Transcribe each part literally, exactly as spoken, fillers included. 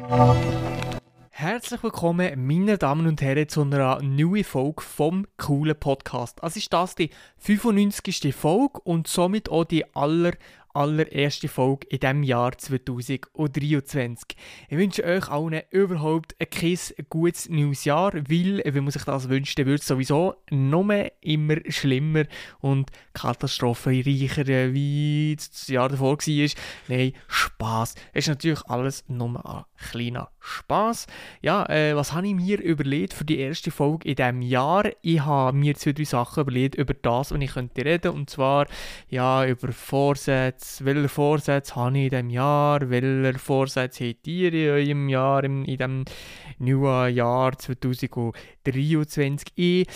Herzlich willkommen, meine Damen und Herren, zu einer neuen Folge vom coolen Podcast. Also ist das die fünfundneunzigste Folge und somit auch die aller, allererste Folge in diesem Jahr zwanzig dreiundzwanzig. Ich wünsche euch allen überhaupt ein kein gutes neues Jahr, weil, wenn man sich das wünscht, dann wird es sowieso noch immer schlimmer und katastrophenreicher, wie das Jahr davor war. Nein, Spass. Es ist natürlich alles nur ein kleiner Spass. Ja, äh, was habe ich mir überlegt für die erste Folge in diesem Jahr? Ich habe mir zwei, drei Sachen überlegt über das, was ich könnte reden. Und zwar, ja, über Vorsätze. Welche Vorsätze habe ich in diesem Jahr? Welche Vorsätze habt ihr in eurem Jahr, in, in diesem neuen Jahr zwanzig dreiundzwanzig? Ich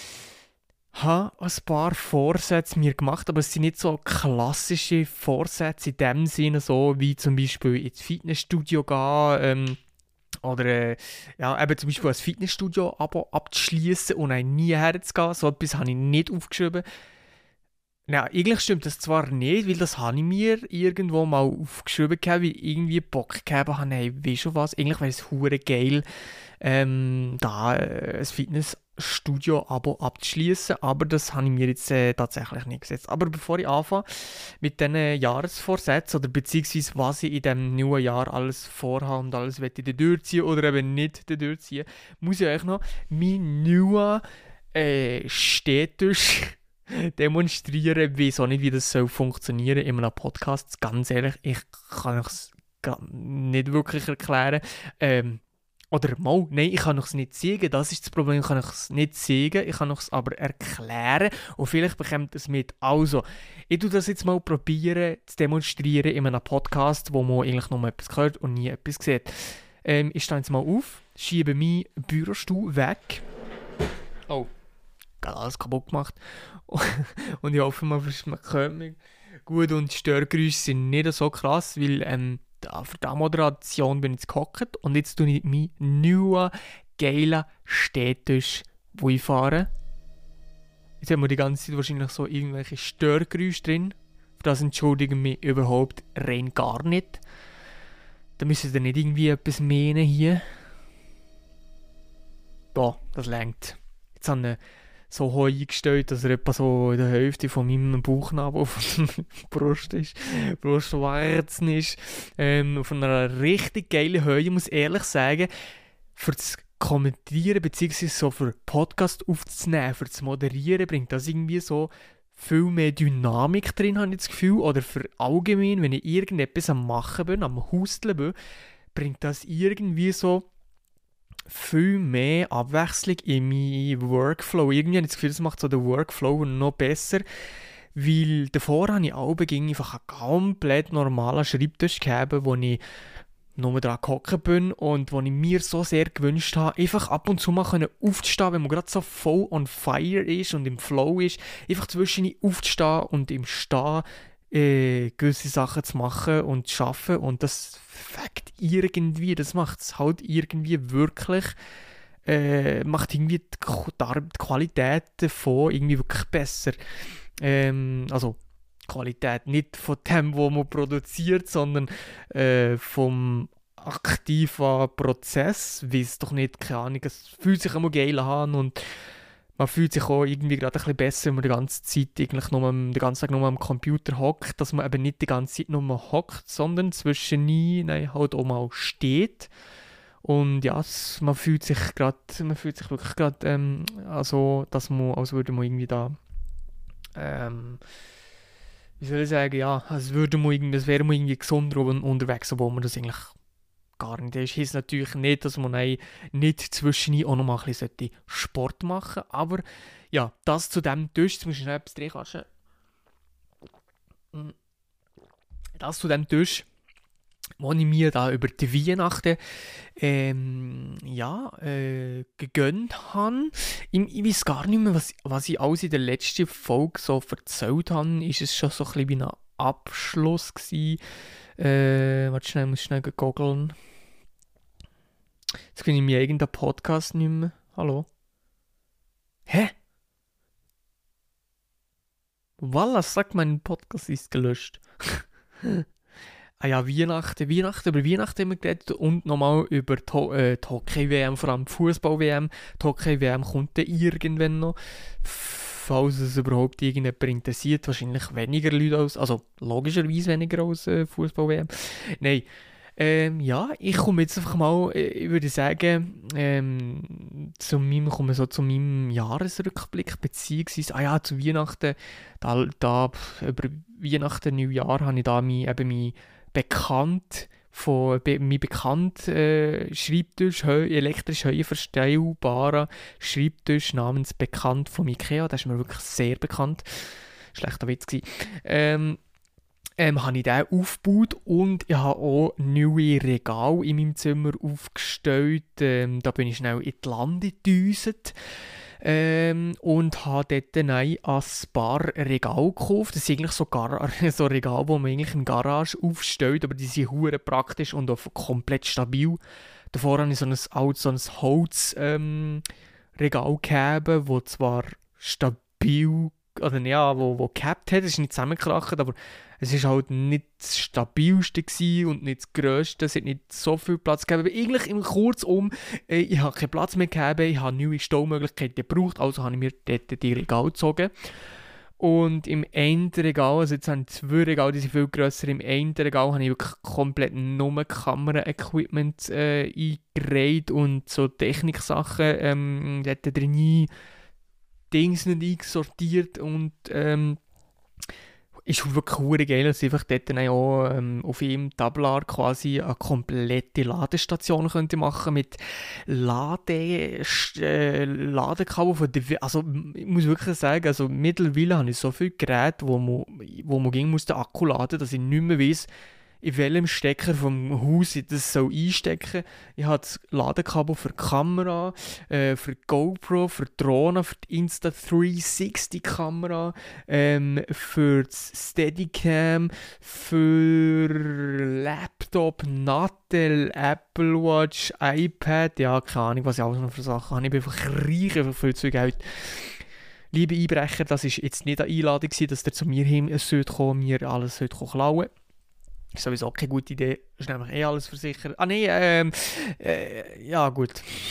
habe ein paar Vorsätze mir gemacht, aber es sind nicht so klassische Vorsätze in dem Sinne, so wie zum Beispiel ins Fitnessstudio gehen, ähm, oder äh, ja, eben zum Beispiel ein Fitnessstudio-Abo abzuschließen und ein nie herzugehen. So etwas habe ich nicht aufgeschrieben. Ja, eigentlich stimmt das zwar nicht, weil das habe ich mir irgendwo mal aufgeschrieben gehabt, weil ich irgendwie Bock gehabt habe, hey, weißt du was, eigentlich wäre es hure geil, ähm, da äh, ein Fitnessstudio-Abo abzuschließen, aber das habe ich mir jetzt äh, tatsächlich nicht gesetzt. Aber bevor ich anfange mit diesen Jahresvorsätzen oder beziehungsweise was ich in diesem neuen Jahr alles vorhabe und alles möchte ich durchziehen oder eben nicht durchziehen, muss ich euch noch meinen neuen äh, Städtisch demonstrieren, wieso nicht, wie das soll funktionieren in einem Podcast. Ganz ehrlich, ich kann es nicht wirklich erklären. Ähm, oder mal, nein, ich kann es nicht sagen, das ist das Problem, ich kann es nicht sagen, ich kann es aber erklären und vielleicht bekommt es mit. Also, ich tue das jetzt mal probieren zu demonstrieren in einem Podcast, wo man eigentlich nur etwas hört und nie etwas sieht. Ähm, ich stehe jetzt mal auf, schiebe meinen Bürostuhl weg. Oh. Alles kaputt gemacht. Und ich hoffe, man hört mich gut und die Störgeräusche sind nicht so krass, weil ähm, da, für die Moderation bin ich jetzt gehockt und jetzt tue ich meinen neuen, geilen Städtisch fahren. Jetzt haben wir die ganze Zeit wahrscheinlich so irgendwelche Störgeräusche drin. Für das entschuldigen wir überhaupt rein gar nicht. Da müssen wir nicht irgendwie etwas mähen hier. Da, das lenkt. Jetzt habe ich so hoch eingestellt, dass er etwa so in der Hälfte von meinem Bauchnabel auf der Brust ist, Brustwarzen ist, ähm, auf einer richtig geilen Höhe, ich muss ehrlich sagen, für das Kommentieren bzw. so für Podcast aufzunehmen, für das Moderieren, bringt das irgendwie so viel mehr Dynamik drin, habe ich das Gefühl, oder für allgemein, wenn ich irgendetwas am Machen bin, am Husteln bin, bringt das irgendwie so viel mehr Abwechslung in meinen Workflow. Irgendwie habe ich das Gefühl, das macht so den Workflow noch besser, weil davor habe ich auch einfach einen komplett normalen Schreibtisch gehabt, wo ich nur dran gehockt bin und wo ich mir so sehr gewünscht habe, einfach ab und zu mal aufzustehen, wenn man gerade so voll on fire ist und im Flow ist, einfach zwischen aufzustehen und im Stehen äh, gewisse Sachen zu machen und zu arbeiten und das fängt irgendwie, das macht es halt irgendwie wirklich, äh, macht irgendwie die, die Qualität davon irgendwie wirklich besser. Ähm, also Qualität nicht von dem, was man produziert, sondern äh, vom aktiven Prozess, wie es doch nicht, keine Ahnung, es fühlt sich immer geil an und man fühlt sich auch irgendwie gerade ein bisschen besser, wenn man die ganze Zeit eigentlich nur am, den ganzen Tag nur am Computer hockt, dass man eben nicht die ganze Zeit nur hockt, sondern zwischendurch nein, halt auch mal steht. Und ja, es, man fühlt sich gerade, man fühlt sich wirklich gerade, ähm, also, dass man, als würde man irgendwie da, ähm, wie soll ich sagen, ja, als würde man irgendwie, als wäre man irgendwie gesunder unterwegs, obwohl man das eigentlich gar nicht. Das heisst natürlich nicht, dass man nicht zwischendurch auch noch mal ein bisschen Sport machen sollte. Aber ja, das zu dem Tisch, jetzt muss ich schnell etwas reinkaschen. Das zu dem Tisch, wo ich mir da über die Weihnachten ähm, ja, äh, gegönnt habe. Ich, ich weiß gar nicht mehr, was, was ich alles in der letzten Folge so erzählt habe. Ist es schon so ein bisschen wie ein Abschluss gewesen. Äh, warte schnell, ich muss schnell googeln. Jetzt finde ich mir irgendeinen Podcast nicht mehr. Hallo? Hä? Wallah, sag, mein Podcast ist gelöscht. Ah ja, Weihnachten, Weihnachten, über Weihnachten haben wir geredet und nochmal über die, Ho- äh, die Hockey-W M, vor allem die Fußball-W M. Die Hockey-W M kommt dann irgendwann noch, falls es überhaupt irgendjemand interessiert. Wahrscheinlich weniger Leute als, also logischerweise weniger als äh, Fußball-W M. Nein, ähm, ja, ich komme jetzt einfach mal, äh, ich würde sagen, ähm, zu meinem, komme so zu meinem Jahresrückblick, beziehungsweise, ah ja, zu Weihnachten, da, da pf, über Weihnachten, Neujahr, habe ich da mein, eben mein bekannt, von, be, mein bekannt äh, Schreibtisch, heu, elektrisch höhenverstellbarer Schreibtisch namens Bekannt von Ikea, das ist mir wirklich sehr bekannt, schlechter Witz gewesen. Ähm, ähm, habe ich den aufgebaut und ich habe auch neue Regale in meinem Zimmer aufgestellt. Ähm, da bin ich schnell in die Lande gedüset ähm, und habe dort dann ein paar Regale gekauft. Das sind eigentlich so, Gar so Regale, die man eigentlich in der Garage aufstellt, aber die sind hure praktisch und auch komplett stabil. Davor habe ich so ein altes so ein Holz ähm, Regal gehabt, das zwar stabil, oder ja, wo, wo gehabt hat, es ist nicht zusammengekracht, aber es ist halt nicht das stabilste gewesen und nicht das grösste, es hat nicht so viel Platz gegeben. Aber eigentlich im Kurzum, äh, ich habe keinen Platz mehr gehabt, ich habe neue Staumöglichkeiten gebraucht, also habe ich mir dort die Regale gezogen. Und im Endregal, also jetzt habe ich zwei Regale, die sind viel grösser, im Endregal habe ich wirklich komplett nur Kamera-Equipment äh, eingereiht und so Techniksachen ähm, dort drin Dings nicht eingesortiert und ähm, ist wirklich hure geil, dass ich einfach dort dann auch ähm, auf jedem Tablar quasi eine komplette Ladestation könnte machen mit Lade, äh, Ladekabel von der, also ich muss wirklich sagen, also mittlerweile habe ich so viele Geräte, wo man, wo man gegen muss den Akku laden, dass ich nicht mehr weiss, in welchem Stecker vom Haus ich das soll einstecken soll. Ich habe das Ladekabel für die Kamera, äh, für die GoPro, für die Drohne, für die Insta dreihundertsechzig Kamera, ähm, für das Steadicam, für Laptop, Nattel, Apple Watch, iPad, ja, keine Ahnung, was ich alles noch für Sachen habe. Ich bin einfach reich, einfach viel zu Geld. Liebe Einbrecher, das war jetzt nicht eine Einladung, dass ihr zu mir hin sollt kommen, mir alles sollt klauen. Ist sowieso keine gute Idee. Ist nämlich eh alles versichert. Ah nein, ähm, äh, ja gut.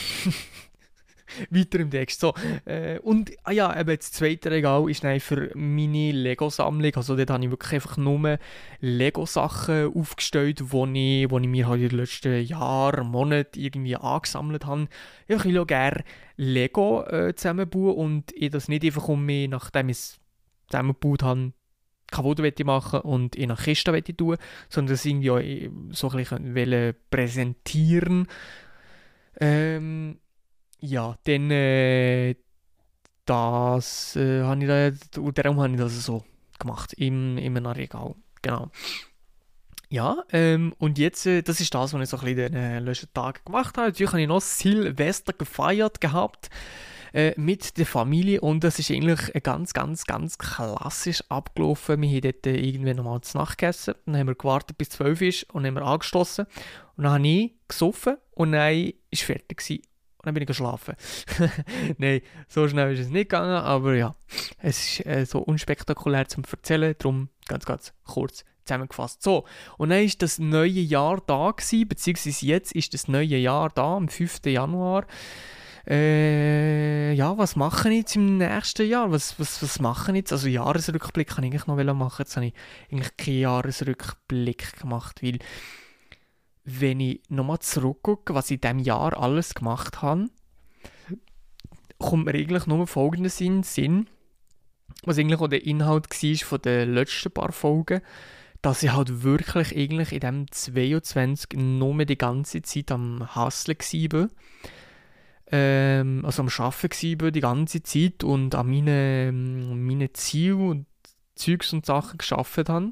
Weiter im Text. So, äh, und ah ja, eben das zweite Regal ist dann für meine Lego-Sammlung. Also dort habe ich wirklich einfach nur Lego-Sachen aufgestellt, die ich, ich mir halt in den letzten Jahren, Monaten irgendwie angesammelt habe. Ich will auch gerne Lego äh, zusammenbauen und ich das nicht einfach um mich, nachdem ich es zusammengebaut habe, kaputt machen und in eine Kiste tun, sondern das irgendwie auch so ein bisschen präsentieren. Ähm, ja, dann äh, das äh, habe ich da, und darum habe ich das so gemacht, im, in einem Regal. Genau. Ja, ähm, und jetzt, äh, das ist das, was ich so ein bisschen in den äh, letzten Tagen gemacht habe. Natürlich habe ich noch Silvester gefeiert gehabt mit der Familie und das ist eigentlich ganz, ganz, ganz klassisch abgelaufen. Wir haben dort irgendwann nochmal zu Nacht gegessen, dann haben wir gewartet bis zwölf ist und dann haben wir angeschlossen und dann habe ich gesoffen und dann war es fertig gewesen. Und dann bin ich geschlafen. Nein, so schnell ist es nicht gegangen, aber ja, es ist äh, so unspektakulär zum Erzählen, darum ganz, ganz kurz zusammengefasst. So, und dann war das neue Jahr da gewesen, beziehungsweise jetzt ist das neue Jahr da, am fünften Januar. Äh, ja, was mache ich jetzt im nächsten Jahr? Was, was, was mache ich jetzt? Also Jahresrückblick kann ich eigentlich noch machen. Jetzt habe ich eigentlich keinen Jahresrückblick gemacht, weil wenn ich nochmal zurückgucke, was ich in diesem Jahr alles gemacht habe, kommt mir eigentlich nur Folgendes in den Sinn, was eigentlich auch der Inhalt war von den letzten paar Folgen, dass ich halt wirklich eigentlich in diesem zweiundzwanzig nur die ganze Zeit am Hustlen war. Ähm, also am Arbeiten war die ganze Zeit und an meinen meine Zielen und Zeugs und Sachen gearbeitet habe.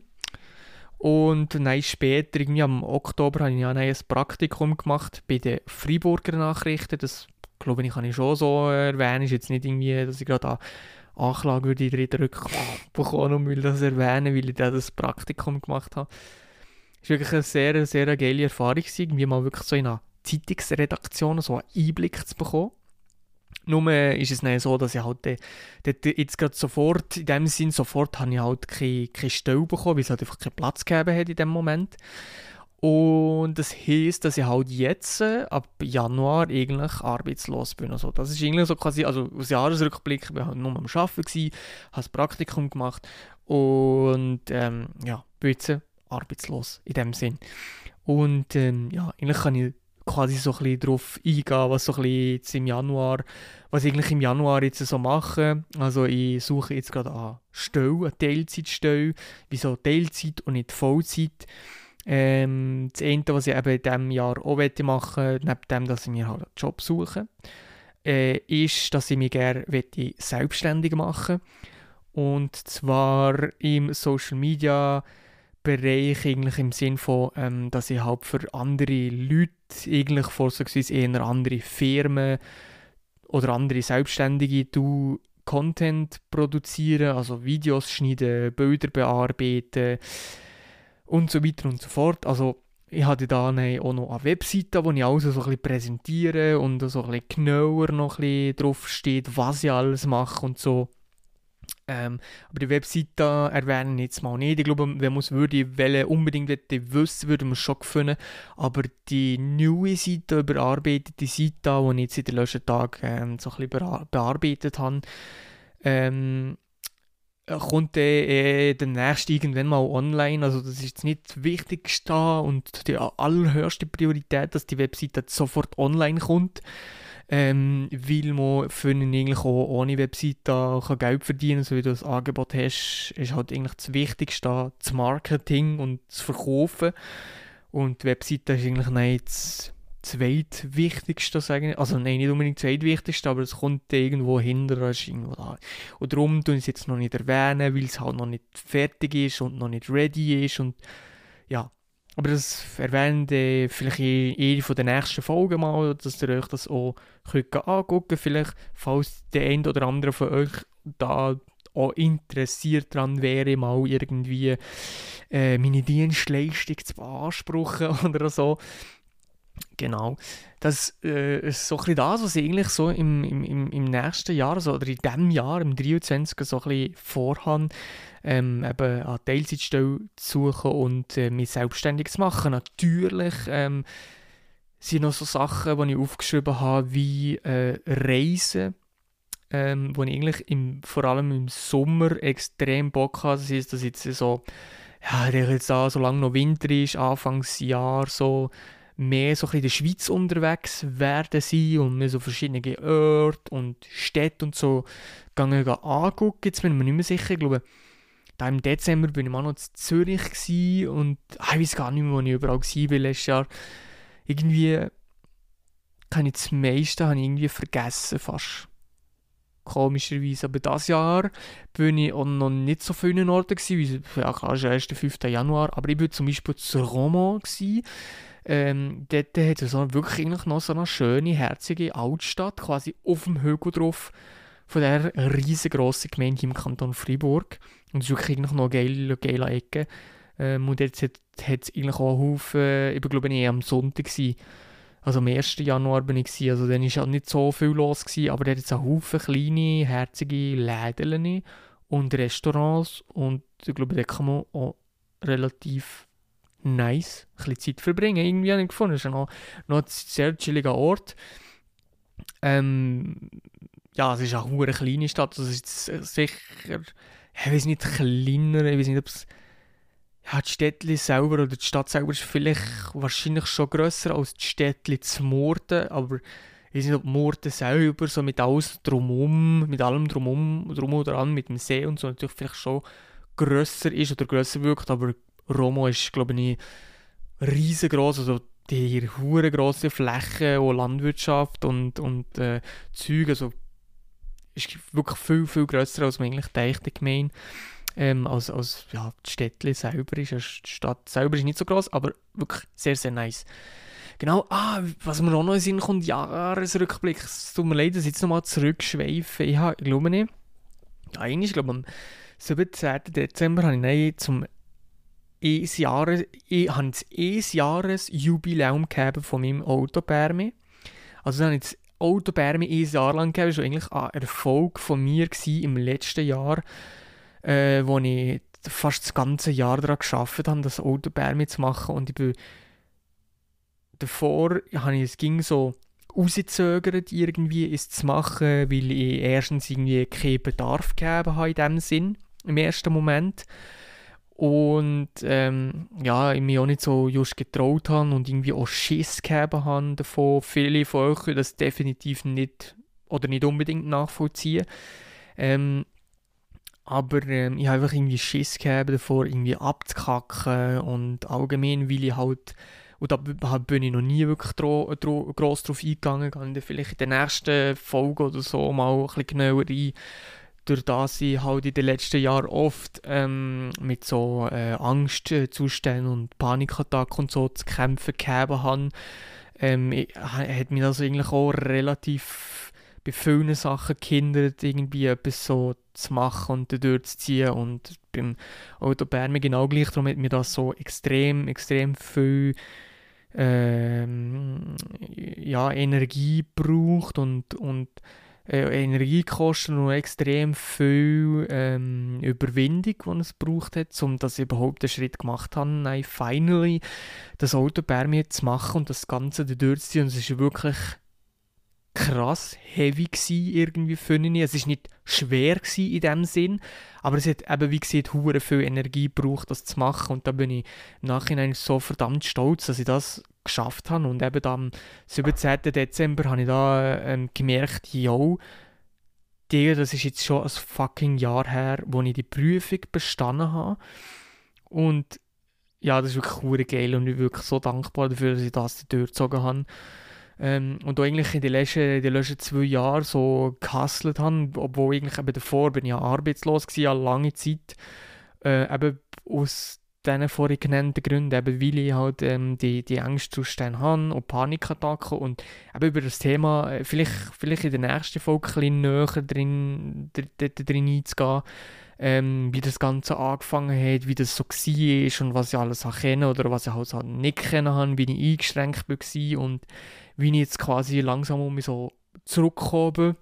Und dann später, irgendwie am Oktober, habe ich ja ein Praktikum gemacht bei den Freiburger Nachrichten. Das, glaube ich, kann ich schon so erwähnen. Ist jetzt nicht irgendwie, dass ich gerade an Anklage würde in den dritten Rücken bekommen und will das erwähnen, weil ich da das Praktikum gemacht habe. Es war wirklich eine sehr, sehr geile Erfahrung, irgendwie mal wirklich so in einer Zeitungsredaktion so einen Einblick zu bekommen. Nur ist es nicht so, dass ich halt äh, dort jetzt gerade sofort, in dem Sinn sofort, habe ich halt keine, keine Stelle bekommen, weil es halt einfach keinen Platz gegeben hat in dem Moment. Und das heisst, dass ich halt jetzt äh, ab Januar eigentlich arbeitslos bin. Also das ist irgendwie so quasi, also aus Jahresrückblick, ich war halt nur am Arbeiten, gewesen, habe das Praktikum gemacht und ähm, ja, bin jetzt äh, arbeitslos in dem Sinn. Und ähm, ja, eigentlich kann ich quasi so ein bisschen darauf eingehen, was so ein bisschen jetzt im Januar, was ich eigentlich im Januar jetzt so mache. Also ich suche jetzt gerade an Stelle, eine Teilzeitstelle, wieso Teilzeit und nicht Vollzeit. Ähm, das eine, was ich eben in diesem Jahr auch machen möchte, neben dem, dass ich mir halt einen Job suche, äh, ist, dass ich mich gerne selbstständig machen möchte. Und zwar im Social Media Bereich, eigentlich im Sinn von, ähm, dass ich halt für andere Leute, eigentlich vorzugsweise eher andere Firmen oder andere Selbstständige, du Content produzieren, also Videos schneiden, Bilder bearbeiten und so weiter und so fort. Also ich hatte da auch noch eine Webseite, wo ich alles so ein bisschen präsentiere und so ein bisschen genauer noch ein bisschen drauf steht, was ich alles mache und so. Ähm, aber die Webseite erwähne ich jetzt mal nicht. Ich glaube, wenn man es würde, wollen, unbedingt wissen, würde man es schon finden. Aber die neue Seite, überarbeitete Seite, die ich jetzt in den letzten Tagen ähm, so ein bisschen bearbeitet habe, ähm, kommt äh, demnächst irgendwann mal online. Also das ist jetzt nicht das Wichtigste und die allerhöchste Priorität, dass die Webseite sofort online kommt. Ähm, weil man für ihn eigentlich auch ohne Webseite kann Geld verdienen kann, so wie du das Angebot hast, ist halt eigentlich das Wichtigste, das Marketing und das Verkaufen. Und die Webseite ist eigentlich nicht das zweitwichtigste, sagen wir. Also nein, nicht unbedingt das zweitwichtigste, aber es kommt irgendwo hinter, ist irgendwo da. Und darum tun ich es jetzt noch nicht erwähnen, weil es halt noch nicht fertig ist und noch nicht ready ist und ja. Aber das erwähnt äh, vielleicht in einer von der nächsten Folgen mal, dass ihr euch das auch könnt angucken könnt. Vielleicht, falls der eine oder andere von euch da auch interessiert daran wäre, mal irgendwie äh, meine Dienstleistung zu beanspruchen oder so. Genau. Das äh, ist so ein bisschen das, was ich eigentlich so im, im, im nächsten Jahr also, oder in diesem Jahr, im dreiundzwanzig so ein bisschen vorhabe, ähm, eben eine Teilzeitstelle zu suchen und äh, mich selbstständig zu machen. Natürlich ähm, sind noch so Sachen, die ich aufgeschrieben habe, wie äh, Reisen, ähm, wo ich eigentlich im, vor allem im Sommer extrem Bock habe. Das heisst, dass jetzt so, ja, jetzt da, solange noch Winter ist, Anfangsjahr so, mehr so ein bisschen in der Schweiz unterwegs werden sein und mir so verschiedene Orte und Städte und so gehen angucken. Jetzt bin ich mir nicht mehr sicher. Ich glaube, da im Dezember bin ich mal noch in Zürich gewesen und ah, ich weiß gar nicht mehr, wo ich überall war letztes Jahr. Irgendwie kann ich das meiste habe ich irgendwie vergessen fast. Komischerweise. Aber dieses Jahr bin ich auch noch nicht so vielen Orten gewesen. Ja klar, es ist erst der fünften Januar. Aber ich war zum Beispiel zu Romont gewesen. Ähm, dort hat es so wirklich eigentlich noch so eine schöne, herzige Altstadt, quasi auf dem Hügel drauf, von dieser riesengroßen Gemeinde im Kanton Freiburg. Und es ist wirklich eigentlich noch eine geile, geile Ecke. Ähm, und jetzt hat es eigentlich auch einen Haufen, ich glaube ich, am Sonntag gewesen. Also am ersten Januar bin ich gewesen, also dann war halt nicht so viel los gewesen, aber dort hat es einen Haufen kleine, herzige Läden und Restaurants und ich glaube, da kann man auch relativ nice ein bisschen Zeit verbringen. Irgendwie habe ich gefunden. Es ist noch, noch ein sehr chilliger Ort. Ähm, ja, es ist auch eine kleine Stadt. Also es ist sicher, ich weiß nicht, kleiner. Ich weiß nicht, ob es ja, die Städtli selber oder die Stadt selber ist vielleicht wahrscheinlich schon grösser als die Städtli zu Murten. Aber ich weiß nicht, ob Murten selber so mit alles drumherum, mit allem drumherum, drum oder an, mit dem See und so natürlich vielleicht schon grösser ist oder grösser wirkt. Aber Romont ist, glaube ich, riesengroß, also die hure grosse Fläche und Landwirtschaft und, und äh, Zeug, also ist wirklich viel, viel grösser, als man eigentlich denkt, die Gemeinde. Ähm, als, als ja, die Städtli selber ist, die Stadt selber ist nicht so groß, aber wirklich sehr, sehr nice. Genau, ah, was mir auch noch in den Sinn kommt, Jahresrückblick, es tut mir leid, dass ich jetzt nochmal zurückschweife. Ich, habe, ich glaube nicht, ja, eigentlich, ich glaube am siebzehnten Dezember habe ich dann zum ein Jahres, ich habe ein Jahresjubiläum gegeben von meinem Autopermi. Also dann habe ich Autobärme ein Jahr lang gegeben. Das war eigentlich ein Erfolg von mir im letzten Jahr, äh, wo ich fast das ganze Jahr daran gearbeitet habe, das Autobärme zu machen. Und ich bin davor habe ich es ging so rausgezögert, irgendwie es zu machen, weil ich erstens irgendwie keinen Bedarf gegeben habe in dem Sinn, im ersten Moment. Und ähm, ja, ich mich auch nicht so just getraut habe und irgendwie auch Schiss gegeben habe davon. Viele von euch können das definitiv nicht oder nicht unbedingt nachvollziehen. Ähm, aber ähm, ich habe einfach irgendwie Schiss gegeben davor, irgendwie abzukacken und allgemein, weil ich halt, und da bin ich noch nie wirklich dro, dro, gross drauf eingegangen, gehe ich vielleicht in der nächsten Folge oder so mal ein bisschen genauer ein, durch das ich halt in den letzten Jahren oft ähm, mit so äh, Angstzuständen und Panikattacken und so zu kämpfen gehabt habe, ähm, ich, hat mich das eigentlich auch relativ bei vielen Sachen gehindert, irgendwie etwas so zu machen und durchzuziehen. Und beim Autobärme genau gleich, darum hat mir das so extrem, extrem viel ähm, ja, Energie gebraucht und, und äh, Energie gekostet und extrem viel ähm, Überwindung, die es gebraucht hat, um dass ich überhaupt den Schritt gemacht habe, nein, finally das Autobärme zu machen und das Ganze durchzuziehen. Und es ist wirklich krass heavy gsi irgendwie für mich. Es war nicht schwer gsi in dem Sinn, aber es hat eben, wie gesagt, hure viel Energie gebraucht, das zu machen. Und da bin ich im Nachhinein so verdammt stolz, dass ich das geschafft habe. Und eben am siebzehnten Dezember habe ich da ähm, gemerkt, yo, Digga, das ist jetzt schon ein fucking Jahr her, wo ich die Prüfung bestanden habe. Und ja, das ist wirklich hure geil und ich bin wirklich so dankbar dafür, dass ich das durchgezogen habe. Ähm, und auch eigentlich in den letzten, in den letzten zwei Jahren so gehustelt habe, obwohl eigentlich eben davor bin ich ja arbeitslos gewesen, eine lange Zeit, äh, eben aus diesen vorhin genannten Gründen, eben weil ich halt ähm, die, die Angstzustände habe und Panikattacken und eben über das Thema äh, vielleicht, vielleicht in der nächsten Folge ein bisschen näher drin, drin, drin einzugehen, ähm, wie das Ganze angefangen hat, wie das so war und was ich alles kennen oder was ich halt so nicht kennen habe, wie ich eingeschränkt war und wie ich jetzt quasi langsam um mich so zurückgekommen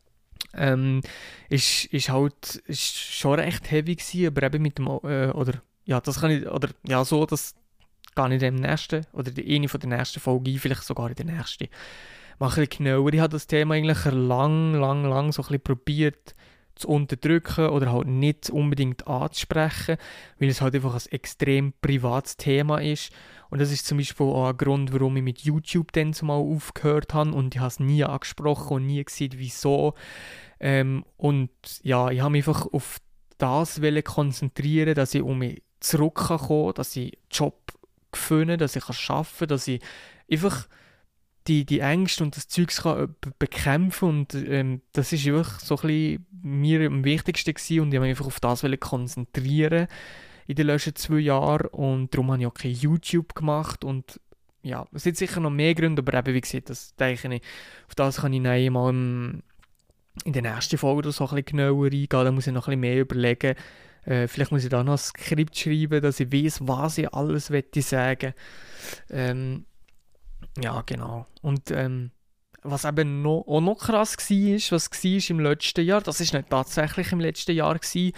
ähm, ist, ist halt ist schon recht heavy gewesen, aber eben mit dem, äh, oder, ja, das kann ich, oder, ja, so, das gar nicht im nächsten, oder die eine von der nächsten Folge ein, vielleicht sogar in der nächsten. Mache ich genauer. Ich habe das Thema eigentlich lang, lang, lang so ein bisschen probiert zu unterdrücken oder halt nicht unbedingt anzusprechen, weil es halt einfach ein extrem privates Thema ist. Und das ist zum Beispiel auch ein Grund, warum ich mit YouTube dann zumal aufgehört habe und ich habe es nie angesprochen und nie gesehen, wieso. Ähm, und ja, ich habe mich einfach auf das konzentrieren, dass ich um mich zurückkommen kann, dass ich einen Job finde, dass ich arbeiten kann, dass ich einfach die, die Ängste und das Zeug kann bekämpfen und ähm, das ist wirklich so ein bisschen mir am wichtigsten gewesen und ich habe mich einfach auf das konzentrieren in den letzten zwei Jahren und darum habe ich auch kein YouTube gemacht und ja, es sind sicher noch mehr Gründe, aber eben wie gesagt, das denke ich, auf das kann ich dann mal im, in der nächsten Folge oder so ein bisschen genauer eingehen, da muss ich noch ein bisschen mehr überlegen, äh, vielleicht muss ich da noch ein Skript schreiben, dass ich weiß, was ich alles möchte sagen. Ähm, ja, genau. Und ähm, was eben noch, auch noch krass war, was war im letzten Jahr, das war nicht tatsächlich im letzten Jahr, war,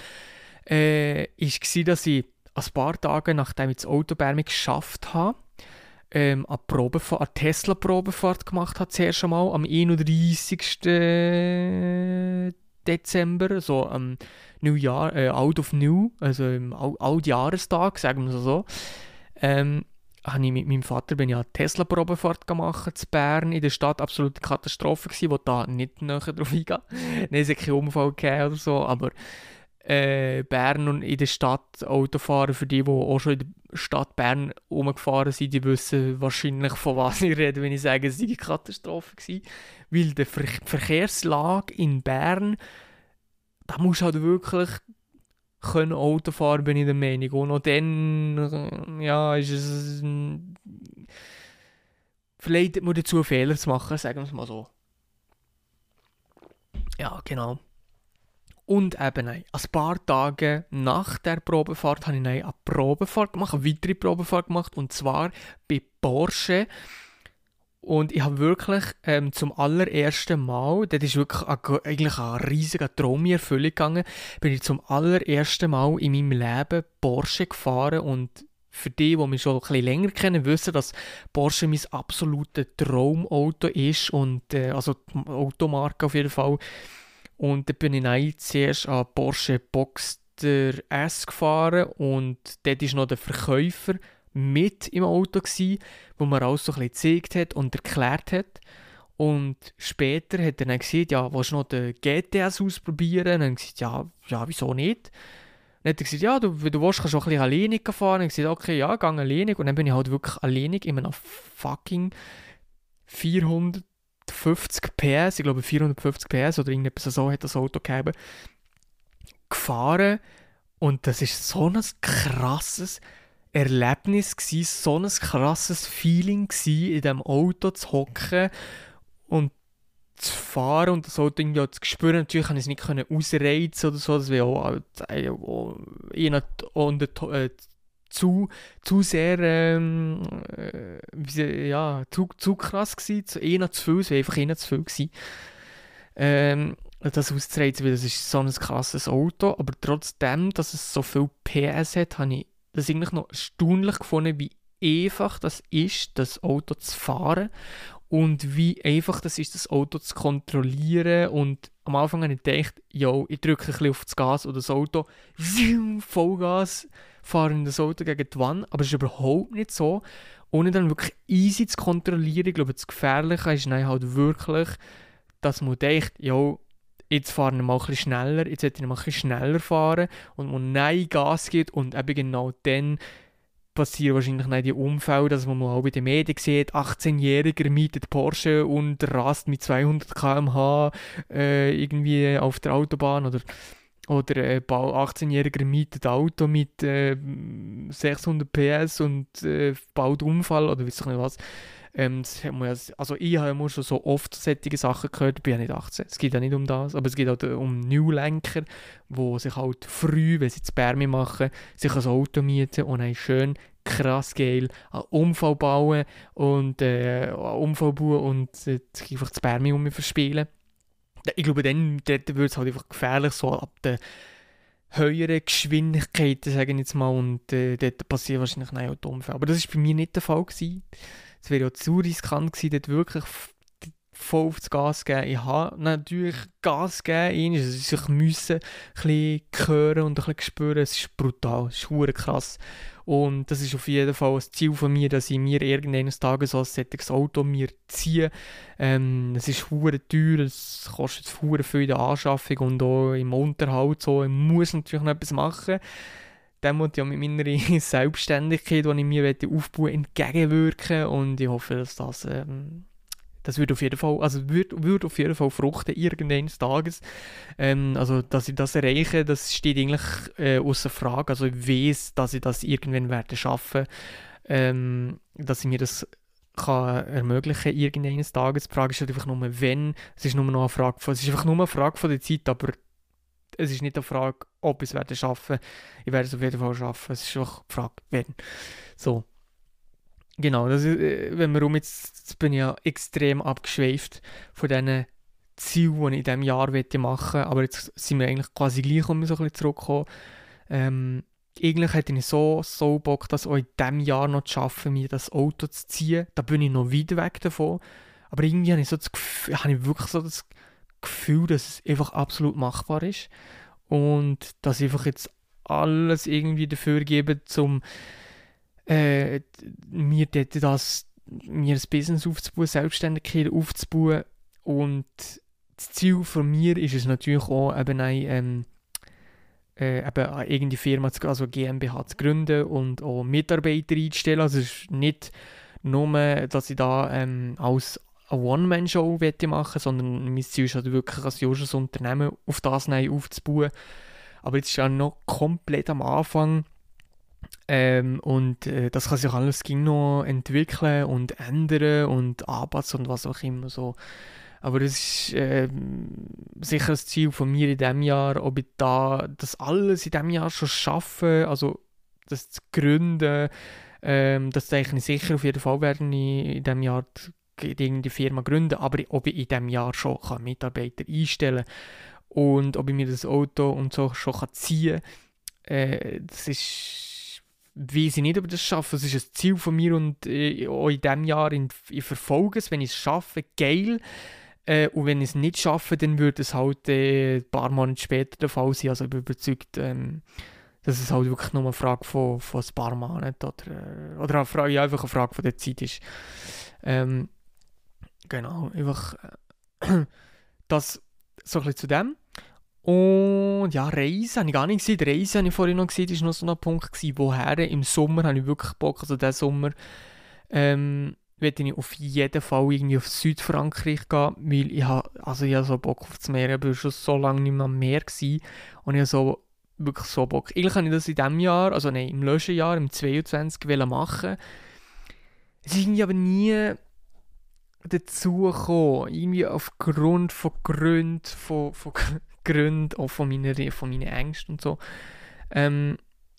äh, war, dass ich ein paar Tage, nachdem ich das Autobärme geschafft habe, ähm, eine, Probefahrt, eine Tesla-Probefahrt gemacht habe, zuerst einmal am einunddreißigsten Dezember, so am Neujahr, äh, Out of New, also im Altjahrestag, sagen wir so. Ähm, habe ich mit meinem Vater bin ich eine Tesla-Probefahrt gemacht in Bern, in der Stadt, absolute Katastrophe gewesen, wo da nicht näher drauf eingehen. Nein, es hat keinen Unfall gegeben oder so, aber äh, Bern und in der Stadt Autofahren, für die, die auch schon in der Stadt Bern rumgefahren sind, die wissen wahrscheinlich, von was ich rede, wenn ich sage, es sei eine Katastrophe gewesen. Weil die Ver- Verkehrslage in Bern, da musst du halt wirklich können Auto fahren, bin ich der Meinung. Und auch dann, ja, ist es verleitet mir dazu, Fehler zu machen, sagen wir es mal so. Ja, genau. Und eben, nein, ein paar Tage nach der Probefahrt habe ich nein, eine Probefahrt gemacht, eine weitere Probefahrt gemacht, und zwar bei Porsche. Und ich habe wirklich ähm, zum allerersten Mal, das ist wirklich ein, eigentlich ein riesiger Traum in Erfüllung gegangen, bin ich zum allerersten Mal in meinem Leben Porsche gefahren. Und für die, die mich schon ein bisschen länger kennen, wissen, dass Porsche mein absolutes Traumauto ist. Und, äh, also die Automarke auf jeden Fall. Und da bin ich dann zuerst an Porsche Boxster S gefahren und dort war noch der Verkäufer mit im Auto gsi, wo mir alles so ein bisschen gezeigt hat und erklärt hat. Und später hat er dann gesagt, ja, willst du noch den G T S ausprobieren? Und dann habe ich gesagt, ja, ja, wieso nicht? Dann hat er gesagt, ja, du, wenn du willst, kannst du auch ein bisschen alleinig fahren. Und ich gesagt, okay, ja, gang alleinig. Und dann bin ich halt wirklich alleinig in einem fucking vierhundertfünfzig P S, ich glaube vierhundertfünfzig P S oder irgendetwas so hat das Auto gegeben, gefahren. Und das ist so ein krasses Erlebnis gsi, so ein krasses Feeling gsi, in diesem Auto zu hocken und zu fahren und das Auto irgendwie auch zu spüren. Natürlich konnte ich es nicht können ausreizen oder so, das wäre auch, äh, auch, auch äh, zu, zu sehr ähm, äh, wie, ja, zu, zu krass gsi, zu, eh noch zu viel, es wäre einfach eh noch zu viel gsi. Ähm, das auszureizen, weil das ist so ein krasses Auto, aber trotzdem, dass es so viel P S hat, habe ich das eigentlich noch erstaunlich gefunden, wie einfach das ist, das Auto zu fahren und wie einfach das ist, das Auto zu kontrollieren. Und am Anfang habe ich gedacht, yo, ich drücke ein bisschen auf das Gas und das Auto, Vollgas, fahre in das Auto gegen die Wand, aber es ist überhaupt nicht so. Ohne dann wirklich easy zu kontrollieren. Ich glaube, das Gefährliche ist dann halt wirklich, dass man denkt, yo, jetzt fahren wir mal ein bisschen schneller, jetzt hätte ich mal ein bisschen schneller fahren und man nein Gas gibt und eben genau dann passieren wahrscheinlich nicht die Unfälle, dass man mal bei den Medien sieht, achtzehnjähriger mietet Porsche und rast mit zweihundert Kilometer pro Stunde äh, irgendwie auf der Autobahn oder oder äh, achtzehnjähriger mietet Auto mit äh, sechshundert P S und äh, baut Unfall oder weiß ich nicht was. Ähm, das hat man ja, also ich habe ja schon so oft solche Sachen gehört, ich bin ja nicht achtzehn, es geht ja nicht um das, aber es geht auch um Neulenker, die sich halt früh, wenn sie das Bärmi machen, sich ein Auto mieten und dann schön krass geil einen Unfall bauen und äh, einen Unfall bauen und äh, einfach das Bärmi um mich verspielen. Ich glaube, dann wird es halt einfach gefährlich, so ab der höheren Geschwindigkeiten, sagen wir jetzt mal, und äh, dort passiert wahrscheinlich auch die Unfälle. Aber das war bei mir nicht der Fall gewesen. Es wäre ja zu riskant gewesen, dort wirklich voll auf das Gas geben. Ich habe natürlich Gas gegeben, also ich musste ein bisschen hören und ein bisschen spüren. Es ist brutal, es ist verdammt krass. Und das ist auf jeden Fall ein Ziel von mir, dass ich mir irgendeines Tages so ein solches Auto mir ziehe. Ähm, es ist verdammt teuer, es kostet verdammt viel in der Anschaffung und auch im Unterhalt. So. Ich muss natürlich noch etwas machen. Dem muss ich ja mit meiner Selbstständigkeit, die ich mir aufbauen möchte, entgegenwirken. Und ich hoffe, dass das... Ähm, Das würde auf jeden Fall, also würde, würde auf jeden Fall fruchten, irgendeines Tages. Ähm, also, dass ich das erreiche, das steht eigentlich äh, außer Frage. Also, ich weiß, dass ich das irgendwann werde schaffen, ähm, dass ich mir das kann ermöglichen irgendeines Tages. Die Frage ist halt einfach nur, wenn. Es ist nur noch eine Frage von, es ist einfach nur eine Frage von der Zeit, aber es ist nicht eine Frage, ob ich es werde schaffen. Ich werde es auf jeden Fall schaffen. Es ist einfach die Frage, wenn. So. Genau, das ist, äh, wenn wir um jetzt, jetzt bin ich ja extrem abgeschweift von diesen Zielen, die ich in diesem Jahr machen möchte, aber jetzt sind wir eigentlich quasi gleich, um so ein bisschen zurückzukommen. Ähm, eigentlich hätte ich so, so Bock, das auch in diesem Jahr noch zu schaffen, mir das Auto zu ziehen. Da bin ich noch weit weg davon. Aber irgendwie habe ich, so das Gefühl, habe ich wirklich so das Gefühl, dass es einfach absolut machbar ist. Und dass ich einfach jetzt alles irgendwie dafür gebe, um Äh, mir dort das, mir ein Business aufzubauen, Selbstständigkeit aufzubauen. Und das Ziel von mir ist es natürlich auch, eben eine, ähm, äh, eben eine irgendeine Firma, zu, also GmbH zu gründen und auch Mitarbeiter einzustellen. Also es ist nicht nur, dass ich da ähm, als eine One-Man-Show machen, sondern mein Ziel ist halt wirklich, als junges Unternehmen auf das aufzubauen. Aber jetzt ist ja noch komplett am Anfang. Ähm, und äh, das kann sich alles noch entwickeln und ändern und anpassen und was auch immer so. Aber das ist äh, sicher das Ziel von mir in diesem Jahr, ob ich da das alles in diesem Jahr schon schaffe, also das zu gründen, ähm, das denke ich sicher auf jeden Fall werden in, in diesem Jahr irgendeine Firma gründen, aber ob ich in diesem Jahr schon kann Mitarbeiter einstellen kann und ob ich mir das Auto und so schon kann ziehen kann, äh, das ist, weiss ich nicht, ob ich das schaffe. Das ist ein Ziel von mir und äh, auch in diesem Jahr, in, ich verfolge es, wenn ich es schaffe, geil. Äh, und wenn ich es nicht schaffe, dann würde es halt äh, ein paar Monate später der Fall sein. Also ich bin überzeugt, ähm, dass es halt wirklich nur eine Frage von, von ein paar Monaten oder, oder eine Frage, ja, einfach eine Frage von der Zeit ist. Ähm, genau, einfach äh, das so ein bisschen zu dem. Und ja, Reisen habe ich gar nicht gesehen. Reisen habe ich vorhin noch gesehen, das war noch so ein Punkt gewesen. Woher? Im Sommer habe ich wirklich Bock, also diesen Sommer ähm, werde ich auf jeden Fall irgendwie auf Südfrankreich gehen, weil ich habe, also ich habe so Bock auf das Meer, ich war schon so lange nicht mehr am Meer gewesen und ich habe so, wirklich so Bock. Eigentlich habe ich das in diesem Jahr, also nein, im letzten Jahr, im zweiundzwanzig machen. Es ist irgendwie aber nie dazu gekommen, irgendwie aufgrund von Gründen, von, von Gründen, auch von meinen, von meinen Ängsten und so. Ähm,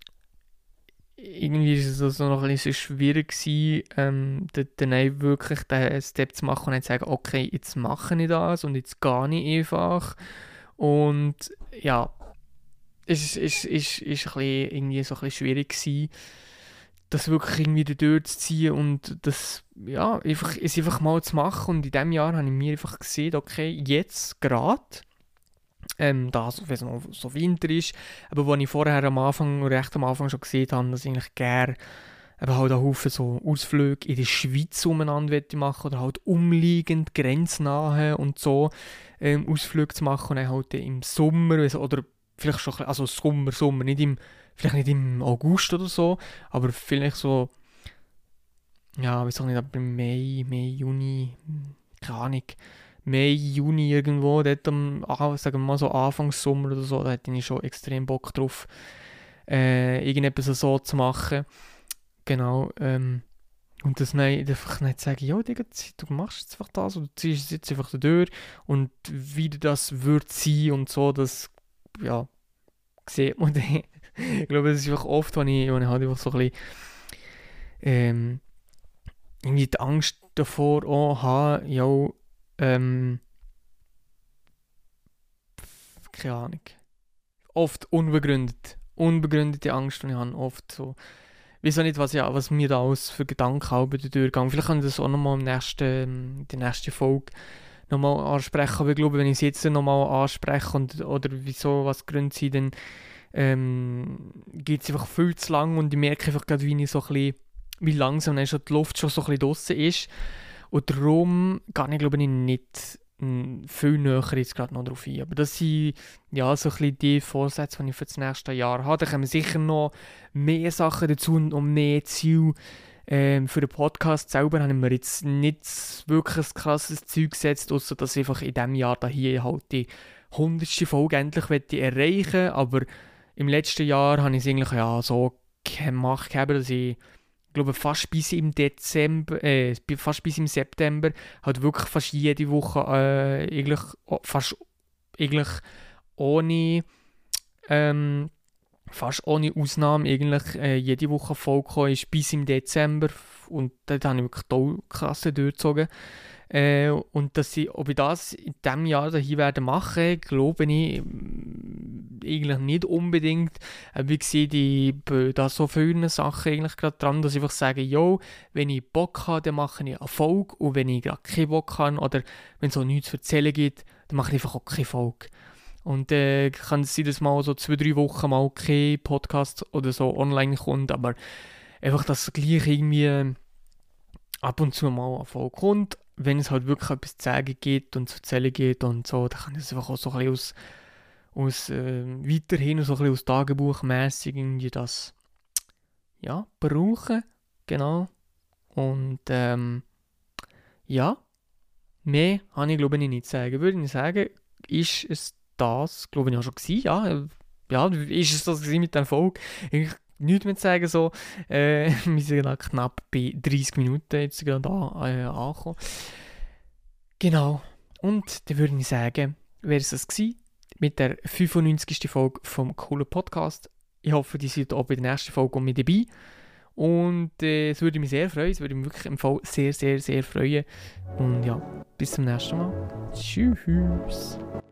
irgendwie war es also noch ein bisschen schwierig gewesen, ähm, dann wirklich den Step zu machen und dann zu sagen, okay, jetzt mache ich das und jetzt gehe ich einfach. Und ja, es ist, ist, ist, ist ein bisschen, irgendwie so ein bisschen schwierig gewesen, das wirklich irgendwie durchzuziehen und das, ja, einfach, es einfach mal zu machen. Und in diesem Jahr habe ich mir einfach gesehen, okay, jetzt gerade, ähm, da so, noch so Winter ist, aber wo ich vorher am Anfang, recht am Anfang schon gesehen habe, dass ich eigentlich gerne eben halt einen Haufen so Ausflüge in der Schweiz umeinander machen oder halt umliegend, grenznahe und so ähm, Ausflüge zu machen und dann halt im Sommer oder vielleicht schon, also Sommer, Sommer, nicht im, vielleicht nicht im August oder so, aber vielleicht so, ja, weiß auch nicht, aber im Mai, Mai, Juni, keine Ahnung, Mai, Juni irgendwo, dort am, sagen wir mal so Anfangs Sommer oder so, da hätte ich schon extrem Bock drauf, äh, irgendetwas so zu machen. Genau, ähm, und das nicht, einfach nicht sagen, ja, Digga, du machst jetzt einfach das und du ziehst es jetzt einfach durch und wie das wird sein und so, das, ja, sieht man dann. Ich glaube, das ist einfach oft, wenn ich, wenn ich halt einfach so ein bisschen, ähm, irgendwie die Angst davor auch habe, ja, ähm, keine Ahnung, oft unbegründet, unbegründete Angst, die ich habe, oft so, ich weiß auch nicht, was, ja, was mir da alles für Gedanken habe durchgegangen. Vielleicht kann ich das auch nochmal in der nächsten, die nächste Folge nochmal ansprechen, aber ich glaube, wenn ich es jetzt nochmal anspreche und, oder wieso, was die Gründe sind, dann ähm, geht es einfach viel zu lang und ich merke einfach gerade, wie ich so ein bisschen, wie langsam dann schon die Luft schon so ein bisschen draussen ist. Und darum gehe ich, glaube ich, nicht mh, viel näher jetzt gerade noch drauf ein. Aber das sind ja so ein bisschen die Vorsätze, die ich für das nächste Jahr habe. Da kommen sicher noch mehr Sachen dazu und noch mehr Ziele. Ähm, für den Podcast selber haben wir jetzt nicht wirklich ein krasses Zeug gesetzt, außer dass ich einfach in diesem Jahr da hier halt die hundertste Folge endlich erreichen möchte. Aber im letzten Jahr habe ich es eigentlich ja so gemacht, dass ich, ich glaube, fast bis im Dezember, äh, fast bis im September, halt wirklich fast jede Woche, äh, eigentlich, fast eigentlich ohne, ähm, fast ohne Ausnahme eigentlich äh, jede Woche Folge ist bis im Dezember und dort habe ich wirklich toll krasse durchgezogen. Äh, und dass ich, ob ich das in diesem Jahr hier werde machen, glaube ich eigentlich nicht unbedingt. Äh, wie gesagt, ich bin da so viele Sachen eigentlich gerade dran, dass ich einfach sage, yo, wenn ich Bock habe, dann mache ich Erfolg und wenn ich gerade keinen Bock habe oder wenn es auch nichts zu erzählen gibt, dann mache ich einfach auch keine Folge. Und äh, kann es sein, dass mal so zwei, drei Wochen mal kein Podcast oder so online kommt, aber einfach, dass es gleich irgendwie ab und zu mal eine Folge kommt. Wenn es halt wirklich etwas zu sagen geht und zu erzählen geht und so, dann kann ich es einfach auch so ein bisschen aus, aus äh, weiterhin so ein bisschen aus Tagebuchmässig irgendwie das, ja, brauchen. Genau. Und ähm, ja, mehr habe ich glaube ich nicht zu sagen. Würde ich sagen, ist es das, glaube ich, auch schon gewesen. Ja, ja, ist es das gewesen mit der Folge? Ich nichts mehr zu sagen, so. Äh, wir sind gerade knapp bei dreißig Minuten jetzt gerade an, äh, angekommen. Genau. Und dann würde ich sagen, wäre es das gewesen mit der fünfundneunzigsten Folge vom coolen Podcast. Ich hoffe, die seid auch bei der nächsten Folge mit dabei. Und äh, es würde mich sehr freuen, es würde mich wirklich im Fall sehr, sehr, sehr freuen. Und ja, bis zum nächsten Mal. Tschüss.